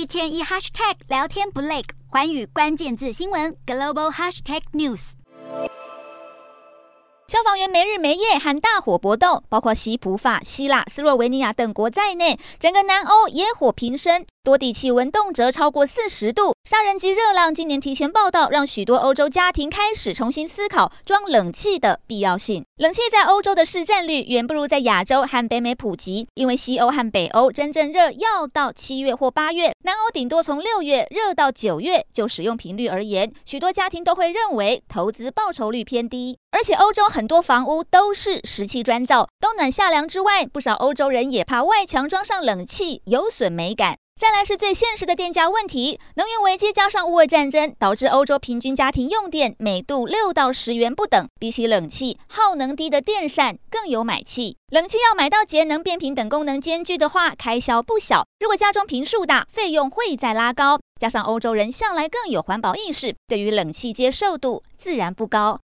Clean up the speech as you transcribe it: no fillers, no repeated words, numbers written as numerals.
天一 hashtag 聊天不累，寰宇关键字新闻 global hashtag news。 消防员没日没夜和大火搏斗，包括西普法、希腊、斯洛维尼亚等国在内，整个南欧野火频生，多地气温动辄超过40度。杀人级热浪今年提前报道，让许多欧洲家庭开始重新思考装冷气的必要性。冷气在欧洲的市占率远不如在亚洲和北美普及，因为西欧和北欧真正热要到7月或8月，南欧顶多从6月热到9月。就使用频率而言，许多家庭都会认为投资报酬率偏低。而且欧洲很多房屋都是石砌砖造，冬暖夏凉之外，不少欧洲人也怕外墙装上冷气有损美感。再来是最现实的电价问题，能源危机加上乌俄战争，导致欧洲平均家庭用电每度6到10元不等，比起冷气，耗能低的电扇更有买气。冷气要买到节能变频等功能兼具的话，开销不小。如果家中坪数大，费用会再拉高。加上欧洲人向来更有环保意识，对于冷气接受度自然不高。